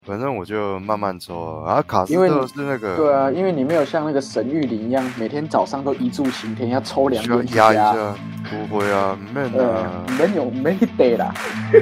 反正我就慢慢抽啊。卡斯因为特是那个， 对啊，因为你没有像那个沈玉琳一样，每天早上都一柱擎天，要抽2 需要烟去压一加。 下，不会啊，man 啊。 没去得啦。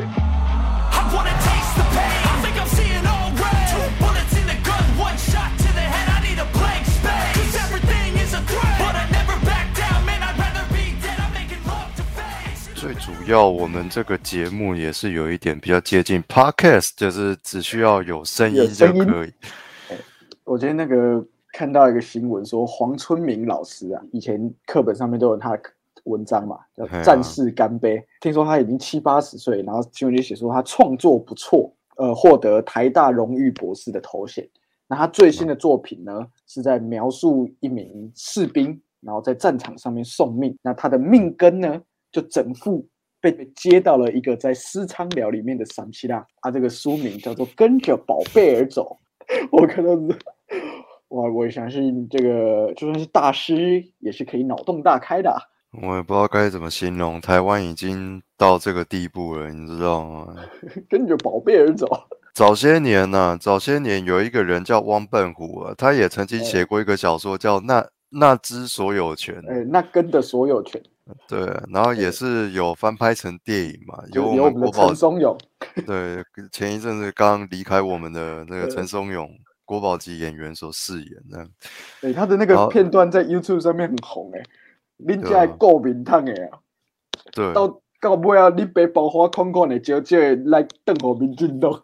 最主要，我们这个节目也是有一点比较接近 podcast， 就是只需要有声音就可以。 我今天那个看到一个新闻说，黄春明老师啊，以前课本上面都有他的文章嘛，叫《战士干杯》。听说他已经70-80岁，然后新闻就写说他创作不错，获得台大荣誉博士的头衔。那他最新的作品呢，是在描述一名士兵，然后在战场上面送命。那他的命根呢，就整副被接到了一个在私仓寮里面的三七啦。这个书名叫做《跟着宝贝儿走》。我看到我相信这个就算是大师，也是可以脑洞大开的。 我也不知道该怎么形容，台湾已经到这个地步了，你知道吗？ 跟着宝贝儿走。 早些年有一个人叫汪笨虎啊，他也曾经写过一个小说叫那只所有权， 那根的所有权。 对，然后也是有翻拍成电影嘛， 有我们国宝陈松勇， 对，前一阵子刚离开我们的那个陈松勇，国宝级演员所饰演的。 他的那个片段在 YouTube 上面很红恁这国民党的对， 到尾啊，你被爆花框框的招这来邓国民进党。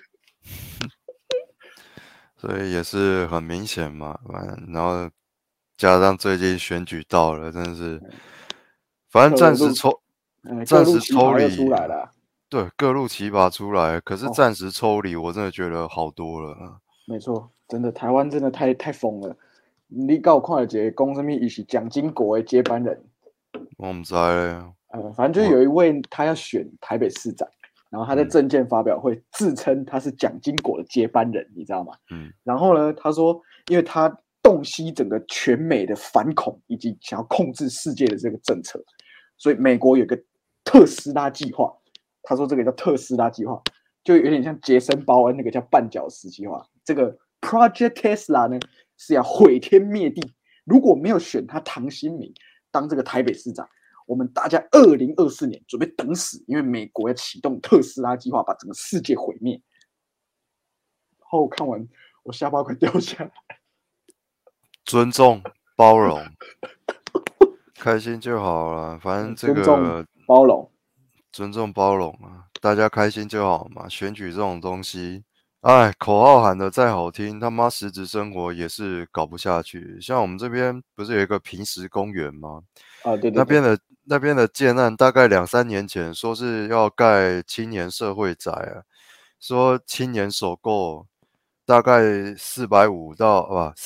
所以也是很明显嘛，然后加上最近选举到了，真的是，反正暂时抽离出来了。 对，各路奇葩出来，可是暂时抽离，我真的觉得好多了。 没错，真的台湾真的太疯了。你搞看一个讲什么，他是蒋经国的接班人。 我不知道嘞。 反正就有一位他要选台北市长，然后他在政见发表会自称他是蒋经国的接班人，你知道吗？然后呢，他说，因为他洞悉整个全美的反恐以及想要控制世界的这个政策，所以美国有个特斯拉计划。他说这个叫特斯拉计划，就有点像杰森鲍恩那个叫绊脚石计划。这个 Project Tesla 呢是要毁天灭地，如果没有选他唐新明当这个台北市长，我们大家2024年准备等死，因为美国要启动特斯拉计划，把整个世界毁灭。然后我看完，我下巴快掉下来。 尊重包容，开心就好了，反正这个尊重包容。 尊重包容啊，大家开心就好嘛。选举这种东西，口号喊得再好听，他妈实质生活也是搞不下去。像我们这边不是有一个平石公园吗？ 对， 那边的建案大概2-3年前说是要盖青年社会宅啊，说青年首购大概350到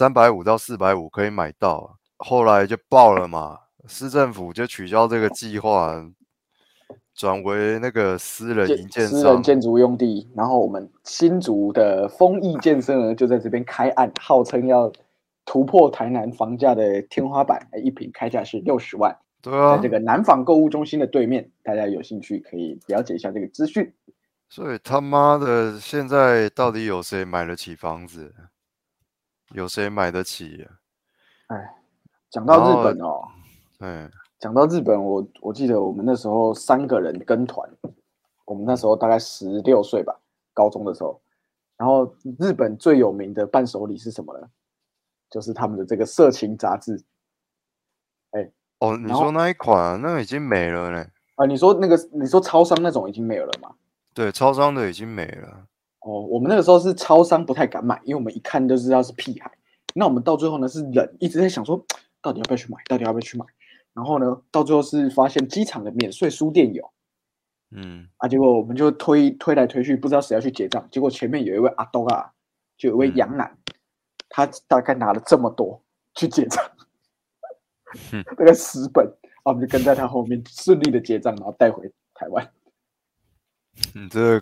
450可以买到，后来就爆了嘛，市政府就取消这个计划。转为那个私人建筑用地，然后我们新竹的丰益建设呢，就在这边开案，号称要突破台南房价的天花板，一坪开价是60万。 对啊， 在这个南纺购物中心的对面，大家有兴趣可以了解一下这个资讯。 所以他妈的，现在到底有谁买得起房子？有谁买得起讲到日本讲到日本，我记得我们那时候3个人跟团，我们那时候大概16岁吧，高中的时候。然后日本最有名的伴手礼是什么呢？就是他们的这个色情杂志。 你说那一款，那个已经没了呢。 你说超商那种已经没有了吗？ 对，超商的已经没了。 我们那个时候是超商不太敢买，因为我们一看就知道是屁孩。那我们到最后呢是忍，一直在想说，到底要不要去买？然后呢，到最后是发现机场的免税书店有，结果我们就推来推去，不知道谁要去结账。结果前面有一位阿东就有一位洋男，他大概拿了这么多去结账，大概10本，我们就跟在他后面顺利的结账，然后带回台湾。 你这，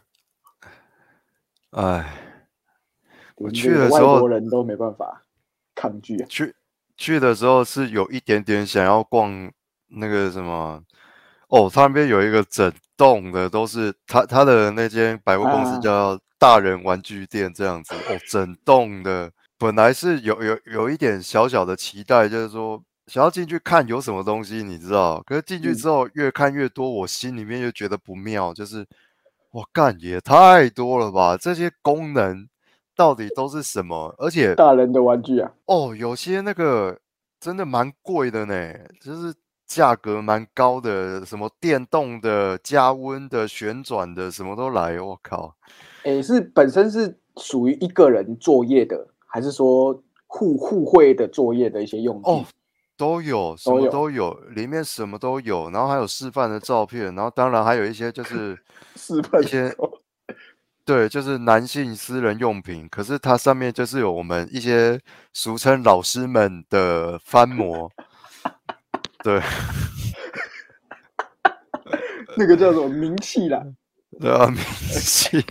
我去的时候，外国人都没办法抗拒啊。 去的时候是有一点点想要逛那个什么，他那边有一个整栋的都是他的那间百货公司叫大人玩具店这样子哦，整栋的。本来是有一点小小的期待，就是说想要进去看有什么东西，你知道？可是进去之后越看越多，我心里面又觉得不妙，就是我干也太多了吧？这些功能到底都是什么？而且大人的玩具啊， 哦，有些那个真的蛮贵的呢，就是价格蛮高的，什么电动的、加温的、旋转的，什么都来。我靠！ 是本身是属于一个人作业的，还是说互惠的作业的一些用哦， 具？ 都有，什么都有都有，里面什么都有，然后还有示范的照片，然后当然还有一些就是示范一些照。 对，就是男性私人用品，可是它上面就是有我们一些俗称老师们的翻模，对， 那个叫什么名气啦？ 对啊，明星，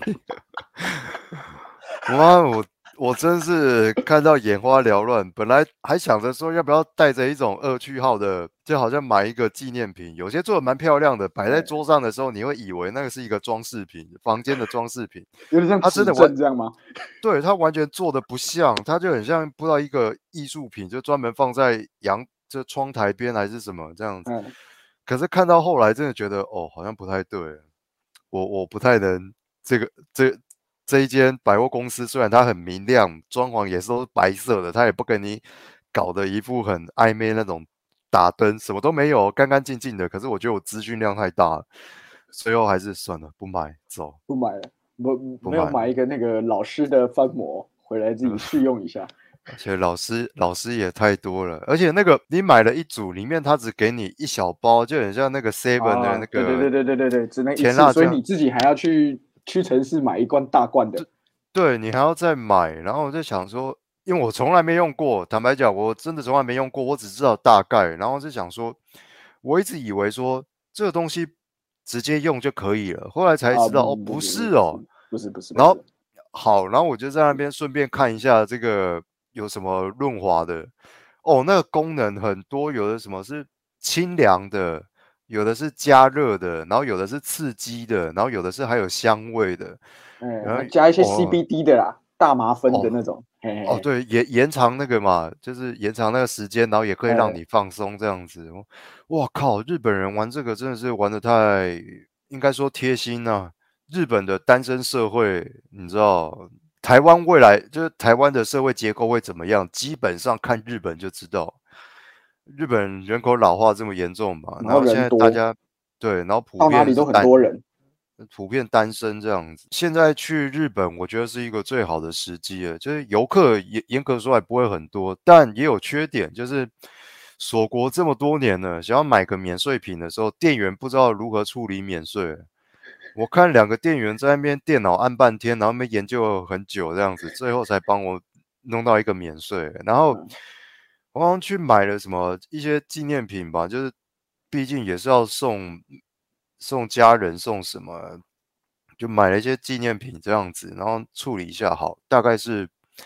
哇，我真是看到眼花缭乱，本来还想着说要不要带着一种恶趣号的，就好像买一个纪念品，有些做的蛮漂亮的，摆在桌上的时候，你会以为那个是一个装饰品，房间的装饰品， 有点像指它真的正这样吗？ 对，它完全做的不像，它就很像不知道一个艺术品，就专门放在这窗台边还是什么这样子。 嗯， 可是看到后来真的觉得，哦，好像不太对，我不太能这个这一间百货公司，虽然它很明亮，装潢也是都是白色的，它也不跟你搞得一副很暧昧那种打灯，什么都没有，干干净净的。可是我觉得我资讯量太大了，最后还是算了，不买，走， 不买了，没有不买了。 买一个那个老师的翻模回来自己试用一下。 而且老师也太多了，而且那个你买了一组，里面他只给你一小包，就很像那个 Seven 的啊，对对那个对对对对对，只能一次，所以甜辣酱， 你自己还要去屈臣氏买一罐大罐的。 对你还要再买。然后我就想说，因为我从来没用过，坦白讲，我真的从来没用过，我只知道大概。然后就想说，我一直以为说这个东西直接用就可以了，后来才啊， 知道哦， 不不不不不不是是哦。 不是不是不然后是， 好，然后我就在那边顺便看一下这个有什么润滑的。哦，那个功能很多，有的什么是清凉的，有的是加热的，然后有的是刺激的，然后有的是还有香味的，然后还加一些哦 CBD 的啦，大麻酚的哦那种。嘿嘿哦， 嘿， 对，延长那个嘛，就是延长那个时间，然后也可以让哎， 你放松这样子。哇靠，日本人玩这个真的是玩的太，应该说贴心啊。日本的单身社会，你知道，台湾未来就是台湾的社会结构会怎么样，基本上看日本就知道。日本人口老化这么严重嘛， 然后然后现人多， 在大家对，然后普到哪里都很遍是多人。 普遍单身这样子。现在去日本，我觉得是一个最好的时机了。就是游客严格说来不会很多，但也有缺点，就是锁国这么多年了，想要买个免税品的时候，店员不知道如何处理免税。我看两个店员在那边电脑按半天，然后那边研究了很久这样子，最后才帮我弄到一个免税。然后嗯， 我好像去买了什么一些纪念品吧，就是毕竟也是要送家人送什么，就买了一些纪念品这样子，然后处理一下好，大概是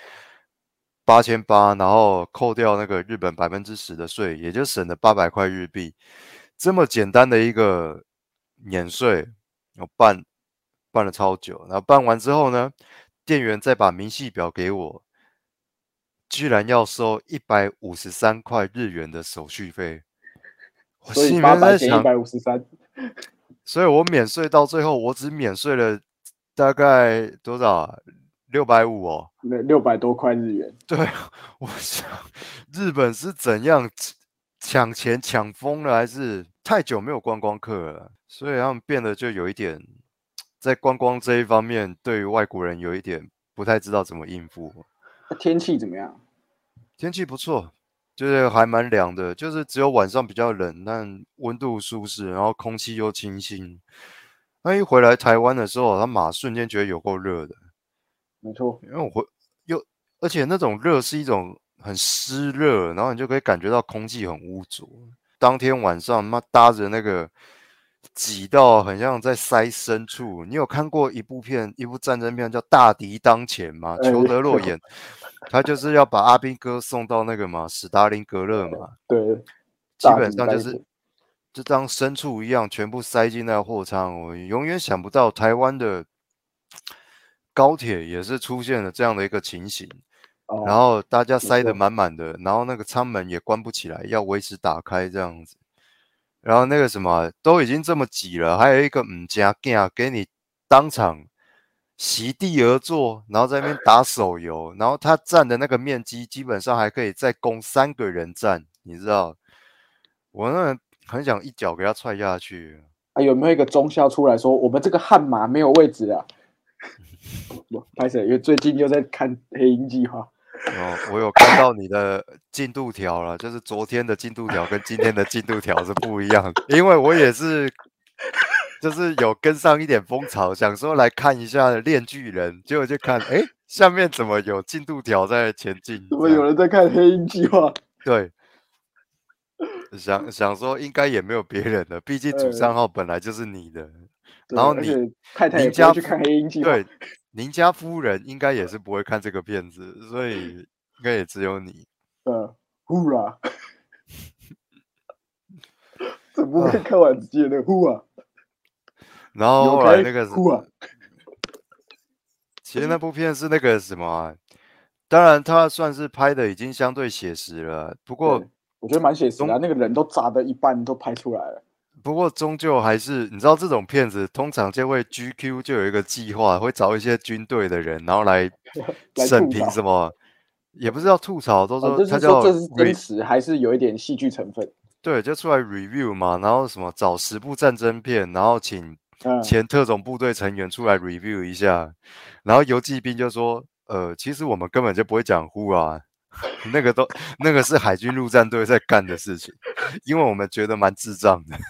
8800，然后扣掉那个日本10%的税，也就省了800块日币。这么简单的一个免税，我办了超久，然后办完之后呢，店员再把明细表给我，居然要收153块日元的手续费。我所以心里八百减一面在想， 百五十三， 所以我免税到最后，我只免税了大概多少啊650哦。 那600多块日元。 对，我想日本是怎样抢钱抢疯了，还是太久没有观光客了，所以他们变得就有一点在观光这一方面，对于外国人有一点不太知道怎么应付。 那天气怎么样？ 天气不错，就是还蛮凉的，就是只有晚上比较冷，但温度舒适，然后空气又清新。那一回来台湾的时候，他妈瞬间觉得有够热的， 没错， 因为又而且那种热是一种很湿热，然后你就可以感觉到空气很污浊。当天晚上妈搭着那个挤到很像在塞深处。你有看过一部战争片叫《大敌当前》吗？裘德洛有， 演，他就是要把阿兵哥送到那个嘛史达林格勒嘛， 对， 基大本上就是敌当前。 就当牲畜一样全部塞进那个货仓。我永远想不到台湾的高铁也是出现了这样的一个情形，然哦， 后大家塞得没错， 满满的，然后那个舱门也关不起来，要维持打开这样子。然后那个什么都已经这么挤了，还有一个加价给你当场席地而坐，然后在那边打手游，然后他占的那个面积基本上还可以再供3个人站，你知道？我那很想一脚给他踹下去。 啊，有没有一个中校出来说，我们这个悍马没有位置啊？不，拍摄，因为最近又在看黑鹰计划。 哦，我有看到你的进度条了，就是昨天的进度条跟今天的进度条是不一样的，因为我也是，就是有跟上一点风潮，想说来看一下《链锯人》，结果就看，哎，下面怎么有进度条在前进？ 怎么这样， 有人在看黑鹰计划？ 对，想说应该也没有别人了，毕竟主账号本来就是你的，然对， 后你而且太太也邻家夫， 不会去看黑鹰计划。 对，邻家夫人应该也是不会看这个片子，所以应该也只有你呼啦，整部片啊。 看完只记得那个呼啊， 然后后来有开那个是， 呼啊， 其实那部片是那个什么啊，当然他算是拍的已经相对写实了，不过对，我觉得蛮写实的终啊，那个人都砸的一半都拍出来了。 终究还是你知道这种片子通常就会 GQ 就有一个计划，会找一些军队的人，然后来来审吐槽。 评什么，也不是要吐槽，都说就是说他叫这是真实还是有一点戏剧成分？ 对，就出来 review 嘛，然后什么找10部战争片，然后请嗯， 前特种部队成员出来 review 一下，然后游骑兵就说，其实我们根本就不会讲 who 啊，那个是海军陆战队在干的事情，因为我们觉得蛮智障的，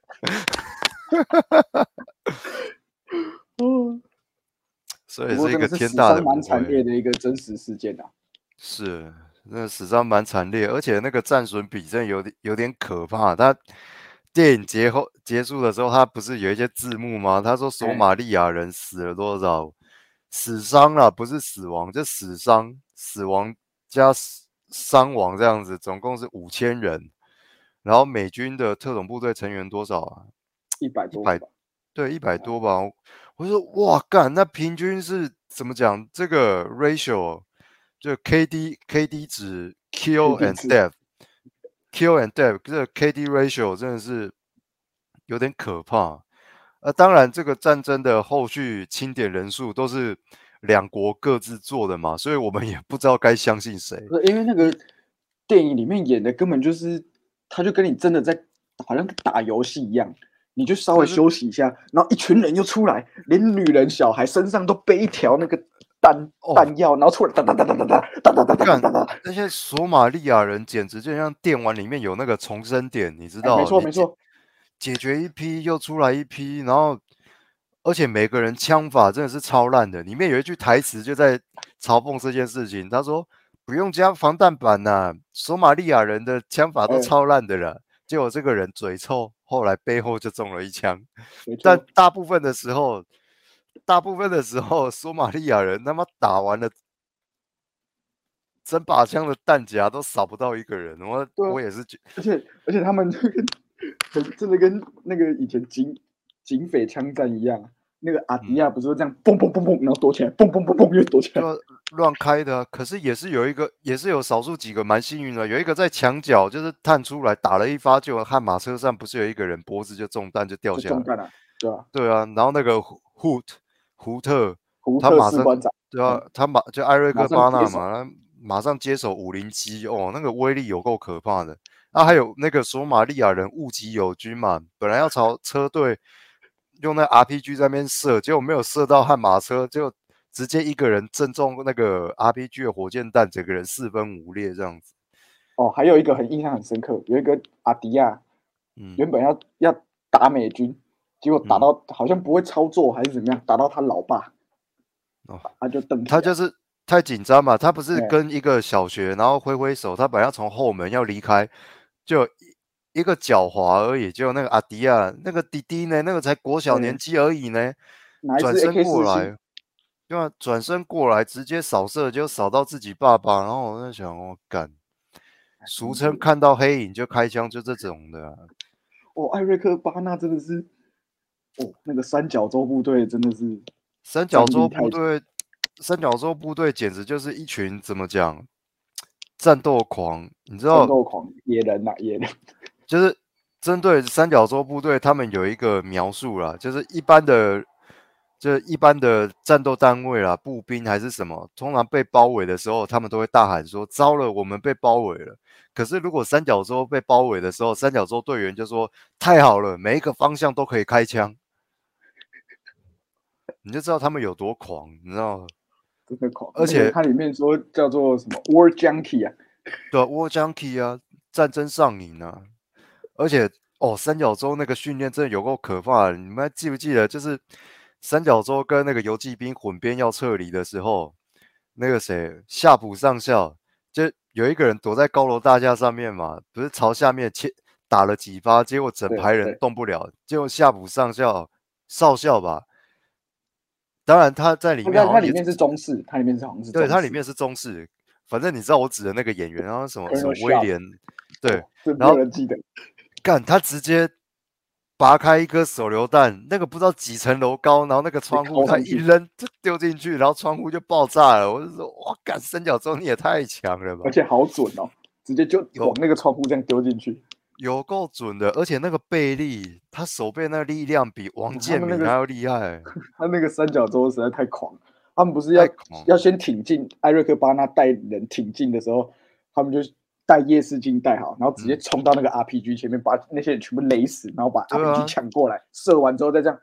嗯， 所以是一个不过真的是天大的死伤蛮误会。 惨烈的一个真实事件啊。 是，那死伤蛮惨烈，而且那个战损比真的有点可怕。他电影结束的时候，他不是有一些字幕吗？他说索哎， 马利亚人死了多少，死伤了，不是死亡，就死伤，死亡加伤亡这样子，总共是5000人。然后美军的特种部队成员多少啊？一百， 100多个吧。 对，100多吧。我说哇，干，那平均是怎么讲？这个 ratio 就 KD 值黑 kill 帝 and 字， death，kill and death 这个 KD ratio 真的是有点可怕。当然，这个战争的后续清点人数都是两国各自做的嘛，所以我们也不知道该相信谁。 不是因为那个电影里面演的根本就是，他就跟你真的在好像打游戏一样，你就稍微对， 休息一下，然后一群人又出来，连女人小孩身上都背一条那个弹哦， 弹药，然后出来哒哒哒哒哒哒哒哒哒哒哒干哒哒。 那些索马利亚人简直就像电玩里面有那个重生点，你知哎，没道？你错没错， 解决一批又出来一批，然后而且每个人枪法真的是超烂的。里面有一句台词就在嘲讽这件事情，他说不用加防弹板呐、索马利亚人的枪法都哎， 超烂的了。结果这个人嘴臭，后来背后就中了一枪。但没错， 大部分的时候，索马利亚人他妈打完了整把枪的弹夹都扫不到一个人， 对啊， 我也是觉而且他们真的跟那个以前警匪枪战一样，那个阿迪嗯， 亚不是会这样嘣嘣嘣嘣，然后躲起来，嘣嘣嘣嘣又躲起来。 就乱开的啊。可是也是有少数几个蛮幸运的，有一个在墙角就是探出来打了一发，就悍马车上不是有一个人脖子就中弹就掉下来。 就中弹了，对吧、 对啊，然后那个胡特， 胡特他马上士官长， 对啊， 哎， 就艾瑞马克巴上接手， 纳嘛，他马上接手507，哦，那个威力有够可怕的。那还有那个索马利亚人误击友军嘛，本来要朝车队用那 RPG 在那边射，结果没有射到悍马车，就直接一个人正中那个 RPG 的火箭弹，整个人4分5裂这样子。 哦，还有一个很印象很深刻，有一个阿迪亚嗯原本要打美军，结果打嗯， 到好像不会操作还是怎么样，打到他老爸， 哦， 他就瞪起来， 他就是太紧张嘛，他不是哎跟一个小学，然后挥挥手，他本来要从后门要离开，就一个脚滑而已，就那个阿迪亚那个弟弟呢，那个才国小年哎， 纪而已呢， 拿一支转身 AK 过 47， 来，对啊，转身过来直接扫射，就扫到自己爸爸，然后我在想，我、干，俗真的是称看到黑影就开枪，就这种的啊哦，艾瑞克巴纳真的是，哦，那个三角洲部队真的是三角洲部队，三角洲部队简直就是一群怎么讲，战斗狂，你知道？ 战斗狂野人呐、野人。 就是针对三角洲部队，他们有一个描述啦，就是一般的战斗单位啦，步兵还是什么，通常被包围的时候，他们都会大喊说：糟了，我们被包围了。可是如果三角洲被包围的时候，三角洲队员就说：太好了，每一个方向都可以开枪。你就知道他们有多狂，你知道吗？ 真的狂， 而且它里面说叫做什么 War Junkie 啊， 对 War Junkie 啊，战争上瘾啊。而且三角洲那个训练真的有够可怕的，你们还记不记得？就是三角洲跟那个游骑兵混编要撤离的时候，那个谁夏普上校就有一个人躲在高楼大厦上面嘛，不是朝下面打了几发，结果整排人动不了，结果夏普上校少校吧。当然，他在里面好像它里面是中士，它里面是好像是中对， 士， 他里面是中士，反正你知道我指的那个演员，然后什么威廉，对， 然后记得， 干他直接拔开一颗手榴弹，那个不知道几层楼高，然后那个窗户他一扔就丢进去，然后窗户就爆炸了。我就说，哇，干三角洲你也太强了吧！ 而且好准哦，直接就往那个窗户这样丢进去。 有够准的，而且那个背力，他手背那个力量比王建民还要厉害。 他那个三角洲实在太狂了，他们不是要先挺进，艾瑞克巴纳带人挺进的时候，他们就带夜视镜带好，然后直接冲到那个 RPG 前面，把那些人全部勒死，然后把 RPG 抢过来，射完之后再这样，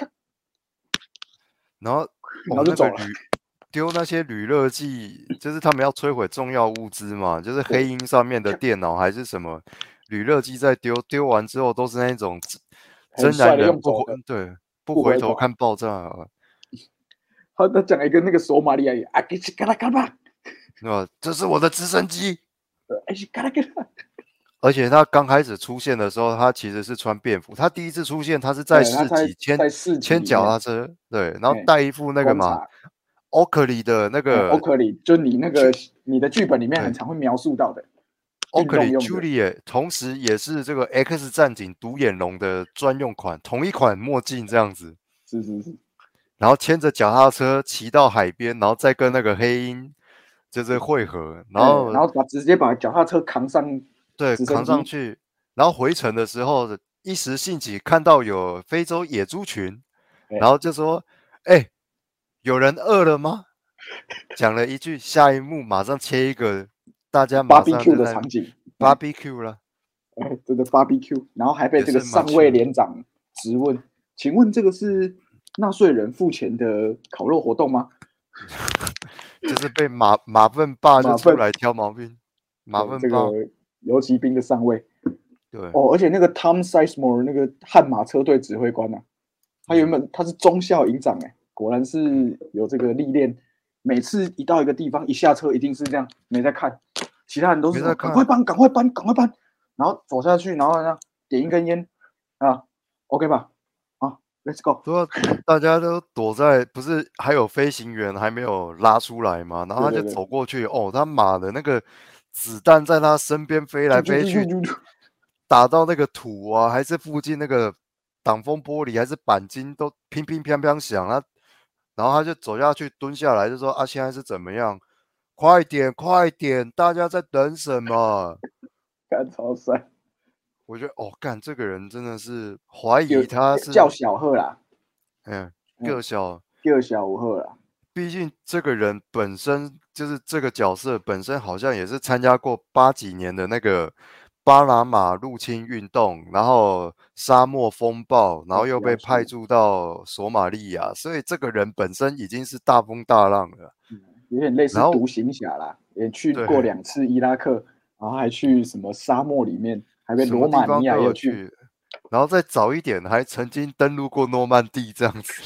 然后就走了。 丢那些铝热剂，就是他们要摧毁重要物资嘛，就是黑鹰上面的电脑还是什么铝热剂在丢完之后都是那种真男人不回头看爆炸。 他讲了一个那个索马利亚语，啊，给起嘎啦嘎啦， 对吧？这是我的直升机。 嘎啦嘎啦。 而且他刚开始出现的时候，他其实是穿便服。他第一次出现，他是在市集牵脚踏车，对，然后带一副那个嘛。欧克里的那个欧克里，就你的剧本里面很常会描述到的欧克里 Juliet， 同时也是这个 X 战警独眼龙的专用款，同一款墨镜这样子。 是。 然后牵着脚踏车骑到海边，然后再跟那个黑鹰就是汇合，然后直接把脚踏车扛上， 对，扛上去，然后回程的时候一时兴起看到有非洲野猪群，然后就说：“哎。”有人饿了吗？讲了一句，下一幕马上切一个，大家马上 barbecue 的场景 ，barbecue 了， 真的 barbecue， 然后还被这个上尉连长质问，请问这个是纳税人付钱的烤肉活动吗？ 就是被马粪爸就出来挑毛病，马粪这个游骑兵的上尉， 对而且那个 Tom Sizemore 那个悍马车队指挥官啊，他原本他是中校营长果然是有这个历练，每次一到一个地方，一下车一定是这样，没在看，其他人都是赶快搬，然后走下去，然后呢点一根烟啊 ，OK 吧，啊 ，Let's go。 对啊，大家都躲在，不是还有飞行员还没有拉出来吗？然后他就走过去，他妈的那个子弹在他身边飞来飞去，打到那个土啊，还是附近那个挡风玻璃，还是钣金都乒乒乓乓响啊。然后他就走下去，蹲下来就说：“啊，现在是怎么样？快点，快点！大家在等什么？” 干超帅！ 我觉得干这个人真的是怀疑他是叫小贺啦， 个小五贺啦。 毕竟这个人本身就是这个角色本身，好像也是参加过80几年的那个巴拿马入侵运动，然后沙漠风暴，然后又被派驻到索马利亚，所以这个人本身已经是大风大浪了， 有点类似独行侠啦，也去过2次伊拉克，然后还去什么沙漠里面，还被罗马尼亚有去，然后再早一点还曾经登陆过诺曼底这样子。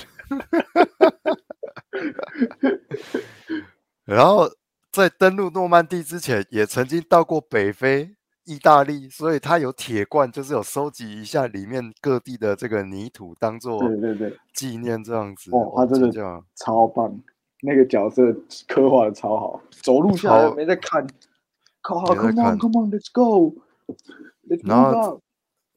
然后在登陆诺曼底之前，也曾经到过北非、意大利，所以他有铁罐，就是有收集一下里面各地的这个泥土，当做纪念这样子。 他真的超棒，那个角色刻画的超好，走路下来没在看，Come on，Let's go，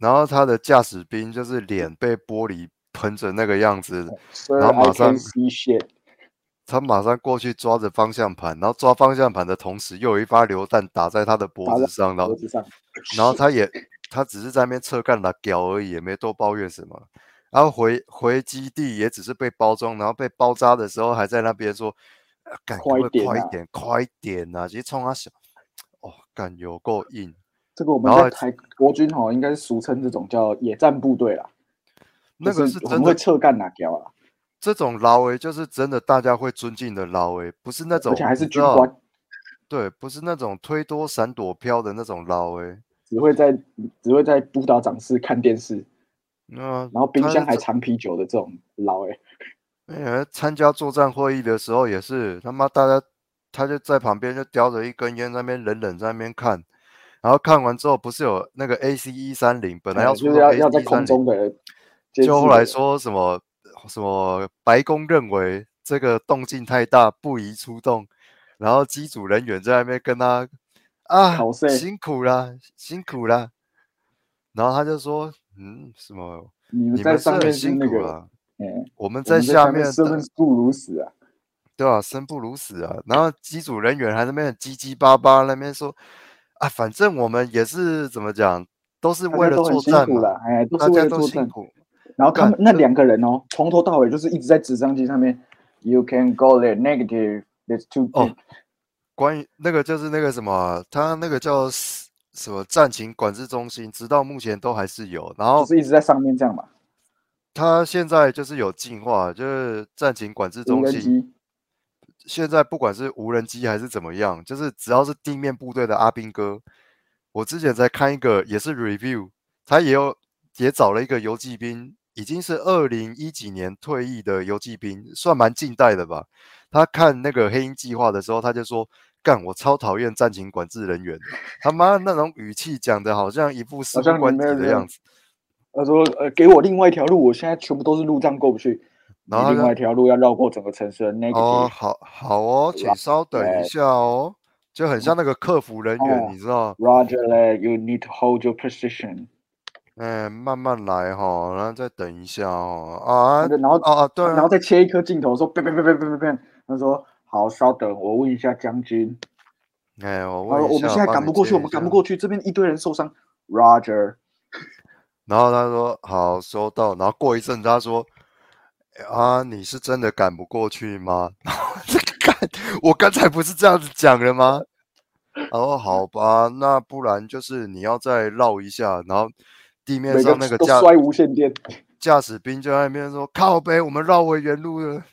然后他的驾驶兵就是脸被玻璃喷成那个样子，然 Sir, 后 I 马 can 上 see shit。 他马上过去抓着方向盘，然后抓方向盘的同时，又有一发榴弹打在他的脖打在子上，然后脖子上， 然后他只是在那边侧干打屌而已，也没多抱怨什么。然后回基地也只是被包装，然后被包扎的时候还在那边说：干可不可以快一点啊！ 快一点，快一点啊！其实冲他小，哦，干有够硬。 这个我们然后在国军应该是俗称这种叫野战部队啦， 那个就是我们会是真的， 侧干哪条啊， 这种劳维就是真的大家会尊敬的劳维，不是那种而且还是你知道， 军官， 对，不是那种推多闪躲飘的那种劳维。 只会在督导长室看电视， 那然后冰他箱还藏啤酒的这种老参加作战会议的时候也是他妈大家，他就在旁边就叼着一根烟在那边冷在那边看，然后看完之后不是有那个 AC-130本来要出动就是要在空 AC-130， 中的监就后来视的人， 说什么白宫认为这个动静太大不宜出动，然后机组人员在那边跟他啊考试辛苦啦辛苦啦，然后他就说什么你们你们是在上面是很辛那个， 苦啊，我们我们在在下下面生面的。 不如死啊， 对啊，生不如死啊！然后机组人员还在那边唧唧巴巴那边说啊，反正我们也是怎么讲，都是为了大家都很作战嘛， 辛苦啦，都是为大家都了作战。 辛苦。 然后他们那干这两个人从头到尾就是一直在直升机上面，You can go there negative, that's too big。 哦，关于那个就是那个什么，他那个叫什么战情管制中心，直到目前都还是有。然后就是一直在上面这样嘛， 他现在就是有进化，就是战情管制无中心。 人机。 现在不管是无人机还是怎么样，就是只要是地面部队的阿兵哥，我之前才看一个也是 review，他也找了一个游击兵，已经是2010几年退役的游击兵，算蛮近代的吧。他看那个黑鹰计划的时候，他就说：“干，我超讨厌战情管制人员的，他妈那种语气讲的好像一副事好像你不关没有人， 己的样子。” 他说给我另外一条路，我现在全部都是路障过不去，你然后他就另外一条路要绕过整个城市的哦， negative。 好好哦，请稍等一下哦，就很像那个客服人员，你知道。 Roger that you need to hold your position。 慢慢来哈，然后再等一下哦。啊然后对啊， 然后再切一颗镜头说别，他说好，稍等，我问一下将军。 我他说我们问一下， 现在赶不过去，我们赶不过去，这边一堆人受伤。Roger。 然后他说好，收到。然后过一阵他说你是真的赶不过去吗？然后干，我刚才不是这样子讲了吗？然后好吧，那不然就是你要再绕一下，然后地面每个上那个都摔无线电， 驾驶兵就在那边说靠北，我们绕回原路了。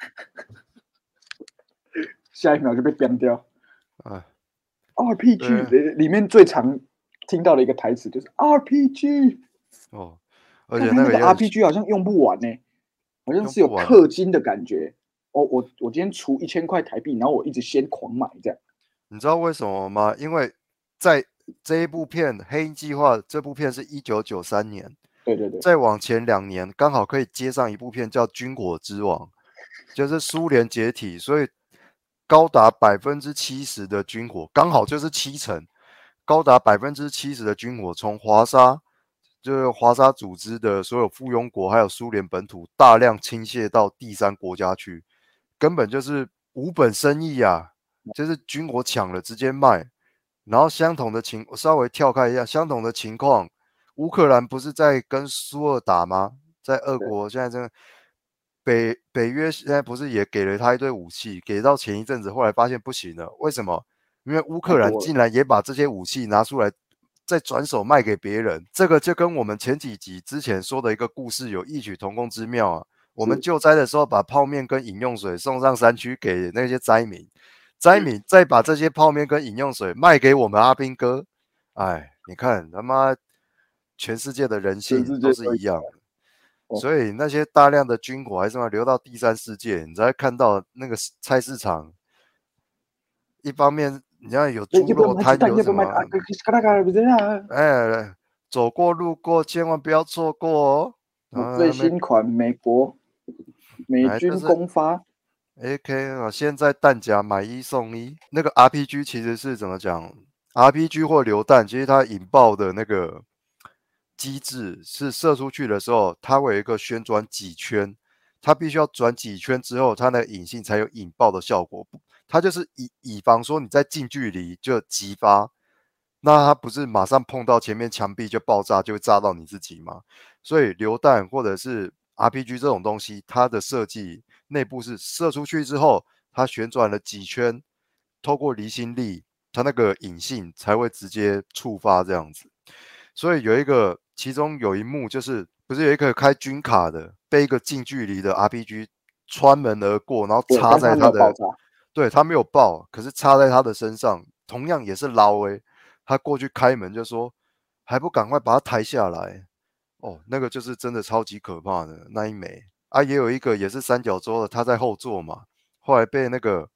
下一秒就被编掉。 哎， RPG 对里面最常听到的一个台词就是 RPG。 哦，而且看他那个那个也很 RPG 好像用不完呢，好像是有用不完啊。 氪金的感觉。我今天出1000块台币，然后我一直先狂买这样。 你知道为什么吗？因为在这一部片《黑鹰计划》这部片是1993年， 对对对， 再往前2年刚好可以接上一部片叫《军火之王》，就是苏联解体，所以高达70%的军火，刚好就是70%，高达70%的军火从就是华沙组织的所有附庸国，还有苏联本土大量倾泻到第三国家去，根本就是无本生意啊！就是军火抢了直接卖，然后稍微跳开一下，相同的情况，乌克兰不是在跟苏俄打吗？在俄国现在这个北约现在不是也给了他一堆武器，给到前一阵子，后来发现不行了，为什么？因为乌克兰竟然也把这些武器拿出来，再转手卖给别人，这个就跟我们前几集之前说的一个故事有异曲同工之妙啊。我们救灾的时候，把泡面跟饮用水送上山区给那些灾民，灾民再把这些泡面跟饮用水卖给我们阿兵哥。哎，你看他妈，全世界的人性都是一样的，所以那些大量的军火还是要流到第三世界，你才会看到那个菜市场，一方面你要有猪肉摊，有什么？哎，走过路过千万不要错过哦。 最新款美军公发 AK 啊，现在弹夹买一送一。那个 RPG 其实是怎么讲？RPG 或榴弹，其实它引爆的那个机制是射出去的时候，它会有一个旋转几圈，它必须要转几圈之后，它那个引信才有引爆的效果。它就是以防说你在近距离就击发，那它不是马上碰到前面墙壁就爆炸，就会炸到你自己吗？所以榴弹或者是 RPG 这种东西，它的设计内部是射出去之后，它旋转了几圈，透过离心力，它那个引信才会直接触发这样子。所以其中有一幕就是不是有一个开军卡的被一个近距离的 RPG 穿门而过，然后插在他的，对，他没有爆，可是插在他的身上，同样也是捞他过去开门就说还不赶快把他抬下来。哦，那个就是真的超级可怕的那一枚啊。也有一个也是三角洲的，他在后座嘛，后来被那个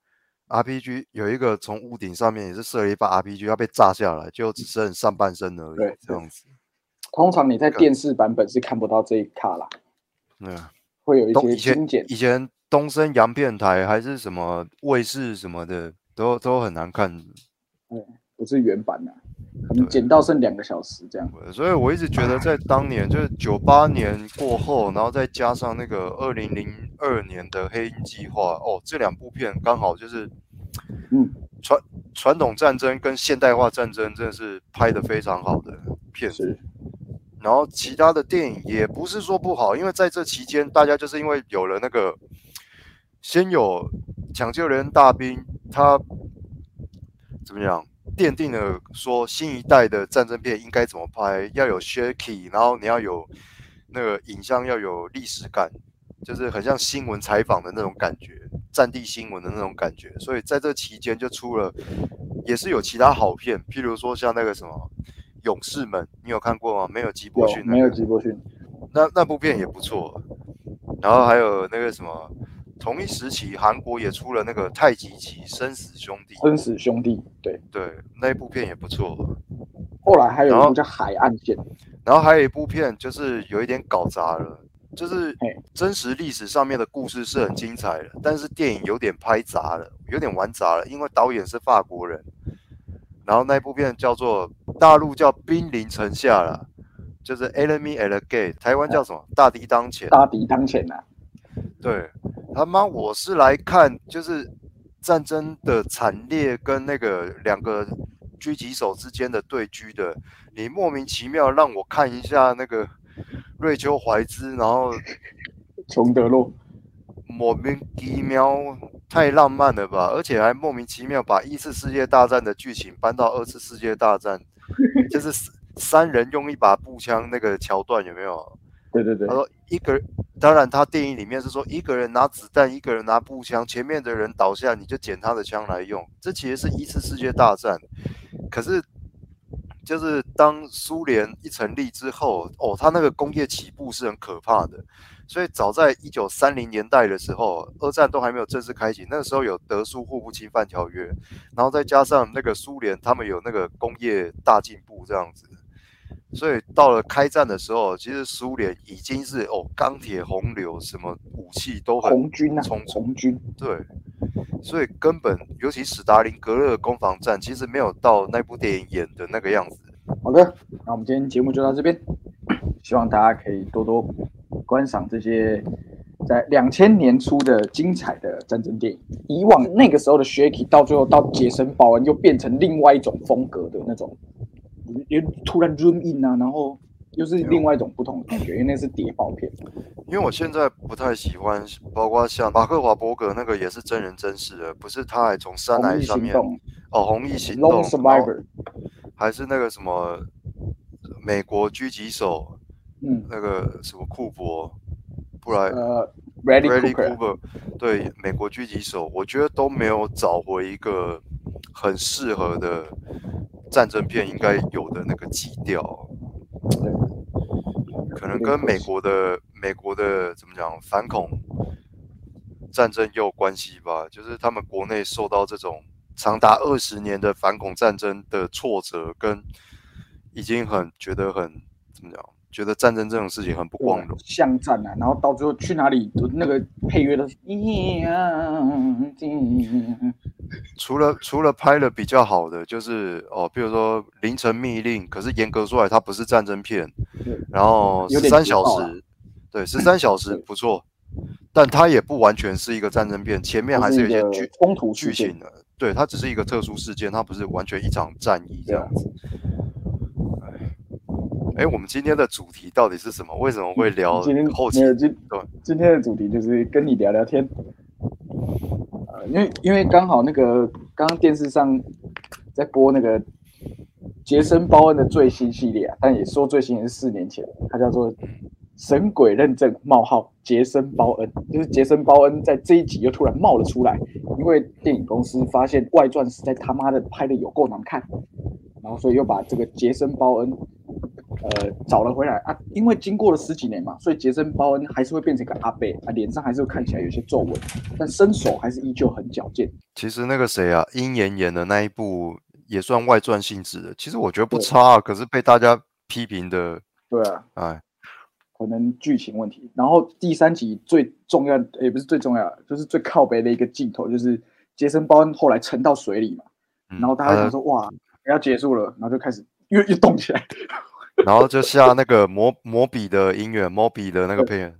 RPG 有一个从屋顶上面也是射了一发 RPG，要被炸下来，就只剩上半身而已，这样子。 通常你在电视版本是看不到这一卡啦，会有一些精简。 以前东森洋片台还是什么卫视什么的，都很难看。 不是原版啊，可能剪到剩2个小时这样。 所以我一直觉得，在当年就是98年过后，然后再加上那个2002年的黑鹰计划，哦，这2部片刚好就是，传统战争跟现代化战争真的是拍得非常好的片子。然后其他的电影也不是说不好，因为在这期间，大家就是因为有了那个，先有抢救人大兵，他怎么样奠定了说新一代的战争片应该怎么拍，要有 shaky， 然后你要有那个影像要有历史感，就是很像新闻采访的那种感觉，战地新闻的那种感觉。所以在这期间就出了，也是有其他好片，譬如说像那个什么。勇士们，你有看过吗？没有吉伯逊、 没有吉伯逊， 那部片也不错。然后还有那个什么，同一时期韩国也出了那个太极旗生死兄弟， 对， 那一部片也不错。 后来还有一部叫海岸线， 然后还有一部片就是有一点搞砸了，就是真实历史上面的故事是很精彩的，但是电影有点拍砸了，有点玩砸了，因为导演是法国人。然后那部片叫做大陆叫兵临城下啦，就是 Enemy at the Gate， 台湾叫什么？大敌当前。 大敌当前啊！ 对，他妈我是来看就是战争的惨烈跟那个2个狙击手之间的对狙的，你莫名其妙让我看一下那个瑞秋怀兹，然后琼德洛， 莫名其妙。太浪漫了吧，而且还莫名其妙把1次世界大战的剧情搬到2次世界大战，就是3人用一把步枪那个桥段有没有？ 对。 他说当然他电影里面是说1个人拿子弹，1个人拿步枪，前面的人倒下你就捡他的枪来用，这其实是1次世界大战。可是就是当苏联一成立之后，他那个工业起步是很可怕的。所以早在1930年代的时候，2战都还没有正式开启，那个时候有德苏互不侵犯条约，然后再加上那个苏联他们有那个工业大进步这样子，所以到了开战的时候，其实苏联已经是钢铁洪流，什么武器都很充足， 红军对，所以根本尤其史达林格勒攻防战，其实没有到那部电影演的那个样子。 好的，那我们今天节目就到这边，希望大家可以多多观赏这些在2000年出的精彩的战争电影。以往那个时候的 Shaky 到最后到杰森鲍恩又变成另外一种风格的那种，突然 zoom in 啊，然后又是另外一种不同的感觉，因为那是谍报片。 因为我现在不太喜欢，包括像马克华伯格那个也是真人真事的，不是他还从山崖上面红翼行动 Lone Survivor， 还是那个什么美国狙击手，那个什么库珀，布莱 Bradley Cooper， 对，美国狙击手，我觉得都没有找回一个很适合的战争片应该有的那个基调。可能跟美国的怎么讲反恐战争也有关系吧，就是他们国内受到这种长达20年的反恐战争的挫折，跟已经觉得怎么讲，觉得战争这种事情很不光荣， 巷战啊，然后到最后去哪里那个配乐都是除了拍的比较好的，就是比如说凌晨密令，可是严格说来它不是战争片。 然后13小时，对，13小时不错，但它也不完全是一个战争片，前面还是有一些冲突剧情的，对，它只是一个特殊事件，它不是完全一场战役这样子。我们今天的主题到底是什么？为什么会聊后期？ 今天的主题就是跟你聊聊天。因为刚好那个刚刚电视上在播那个杰森·鲍恩的最新系列啊，但也说最新也是4年前，它叫做《神鬼认证：杰森·鲍恩》，就是杰森·鲍恩在这一集又突然冒了出来，因为电影公司发现外传实在他妈的拍的有够难看，然后所以又把这个杰森·鲍恩找了回来啊。因为经过了10几年嘛，所以杰森·鲍恩还是会变成一个阿伯啊，脸上还是会看起来有些皱纹，但身手还是依旧很矫健。 其实那个谁啊，鹰眼演的那一部也算外传性质的，其实我觉得不差啊，可是被大家批评的， 对啊，可能剧情问题。然后第3集最重要，也不是最重要，就是最靠北的一个镜头，就是杰森·鲍恩后来沉到水里嘛，然后大家想说哇，要结束了，然后就开始又动起来， 然后就下那个摩比的音乐，摩比的那个配乐，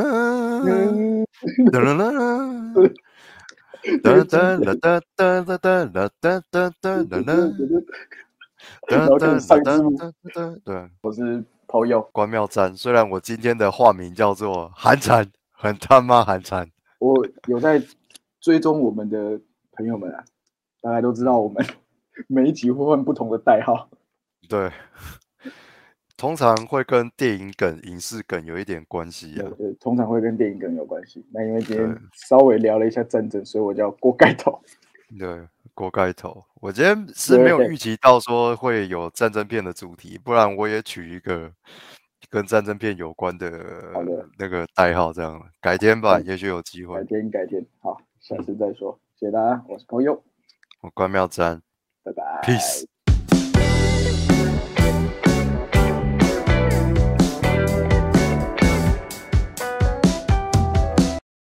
然后开始上字幕。 对， 我是朋友关庙战。虽然我今天的化名叫做寒蝉，很他妈寒蝉。 我有在追踪我们的朋友们啊，大家都知道我们每一集会换不同的代号。 对，通常会跟电影梗、影视梗有一点关系啊。 对，通常会跟电影梗有关系。那因为今天稍微聊了一下战争，所以我叫锅盖头。 对，锅盖头。我今天是没有预期到说会有战争片的主题，不然我也取一个跟战争片有关的那个代号，这样改天吧，也许有机会。 改天，好，下次再说。谢谢大家，我是朋友， 我关庙战， 拜拜 ，peace。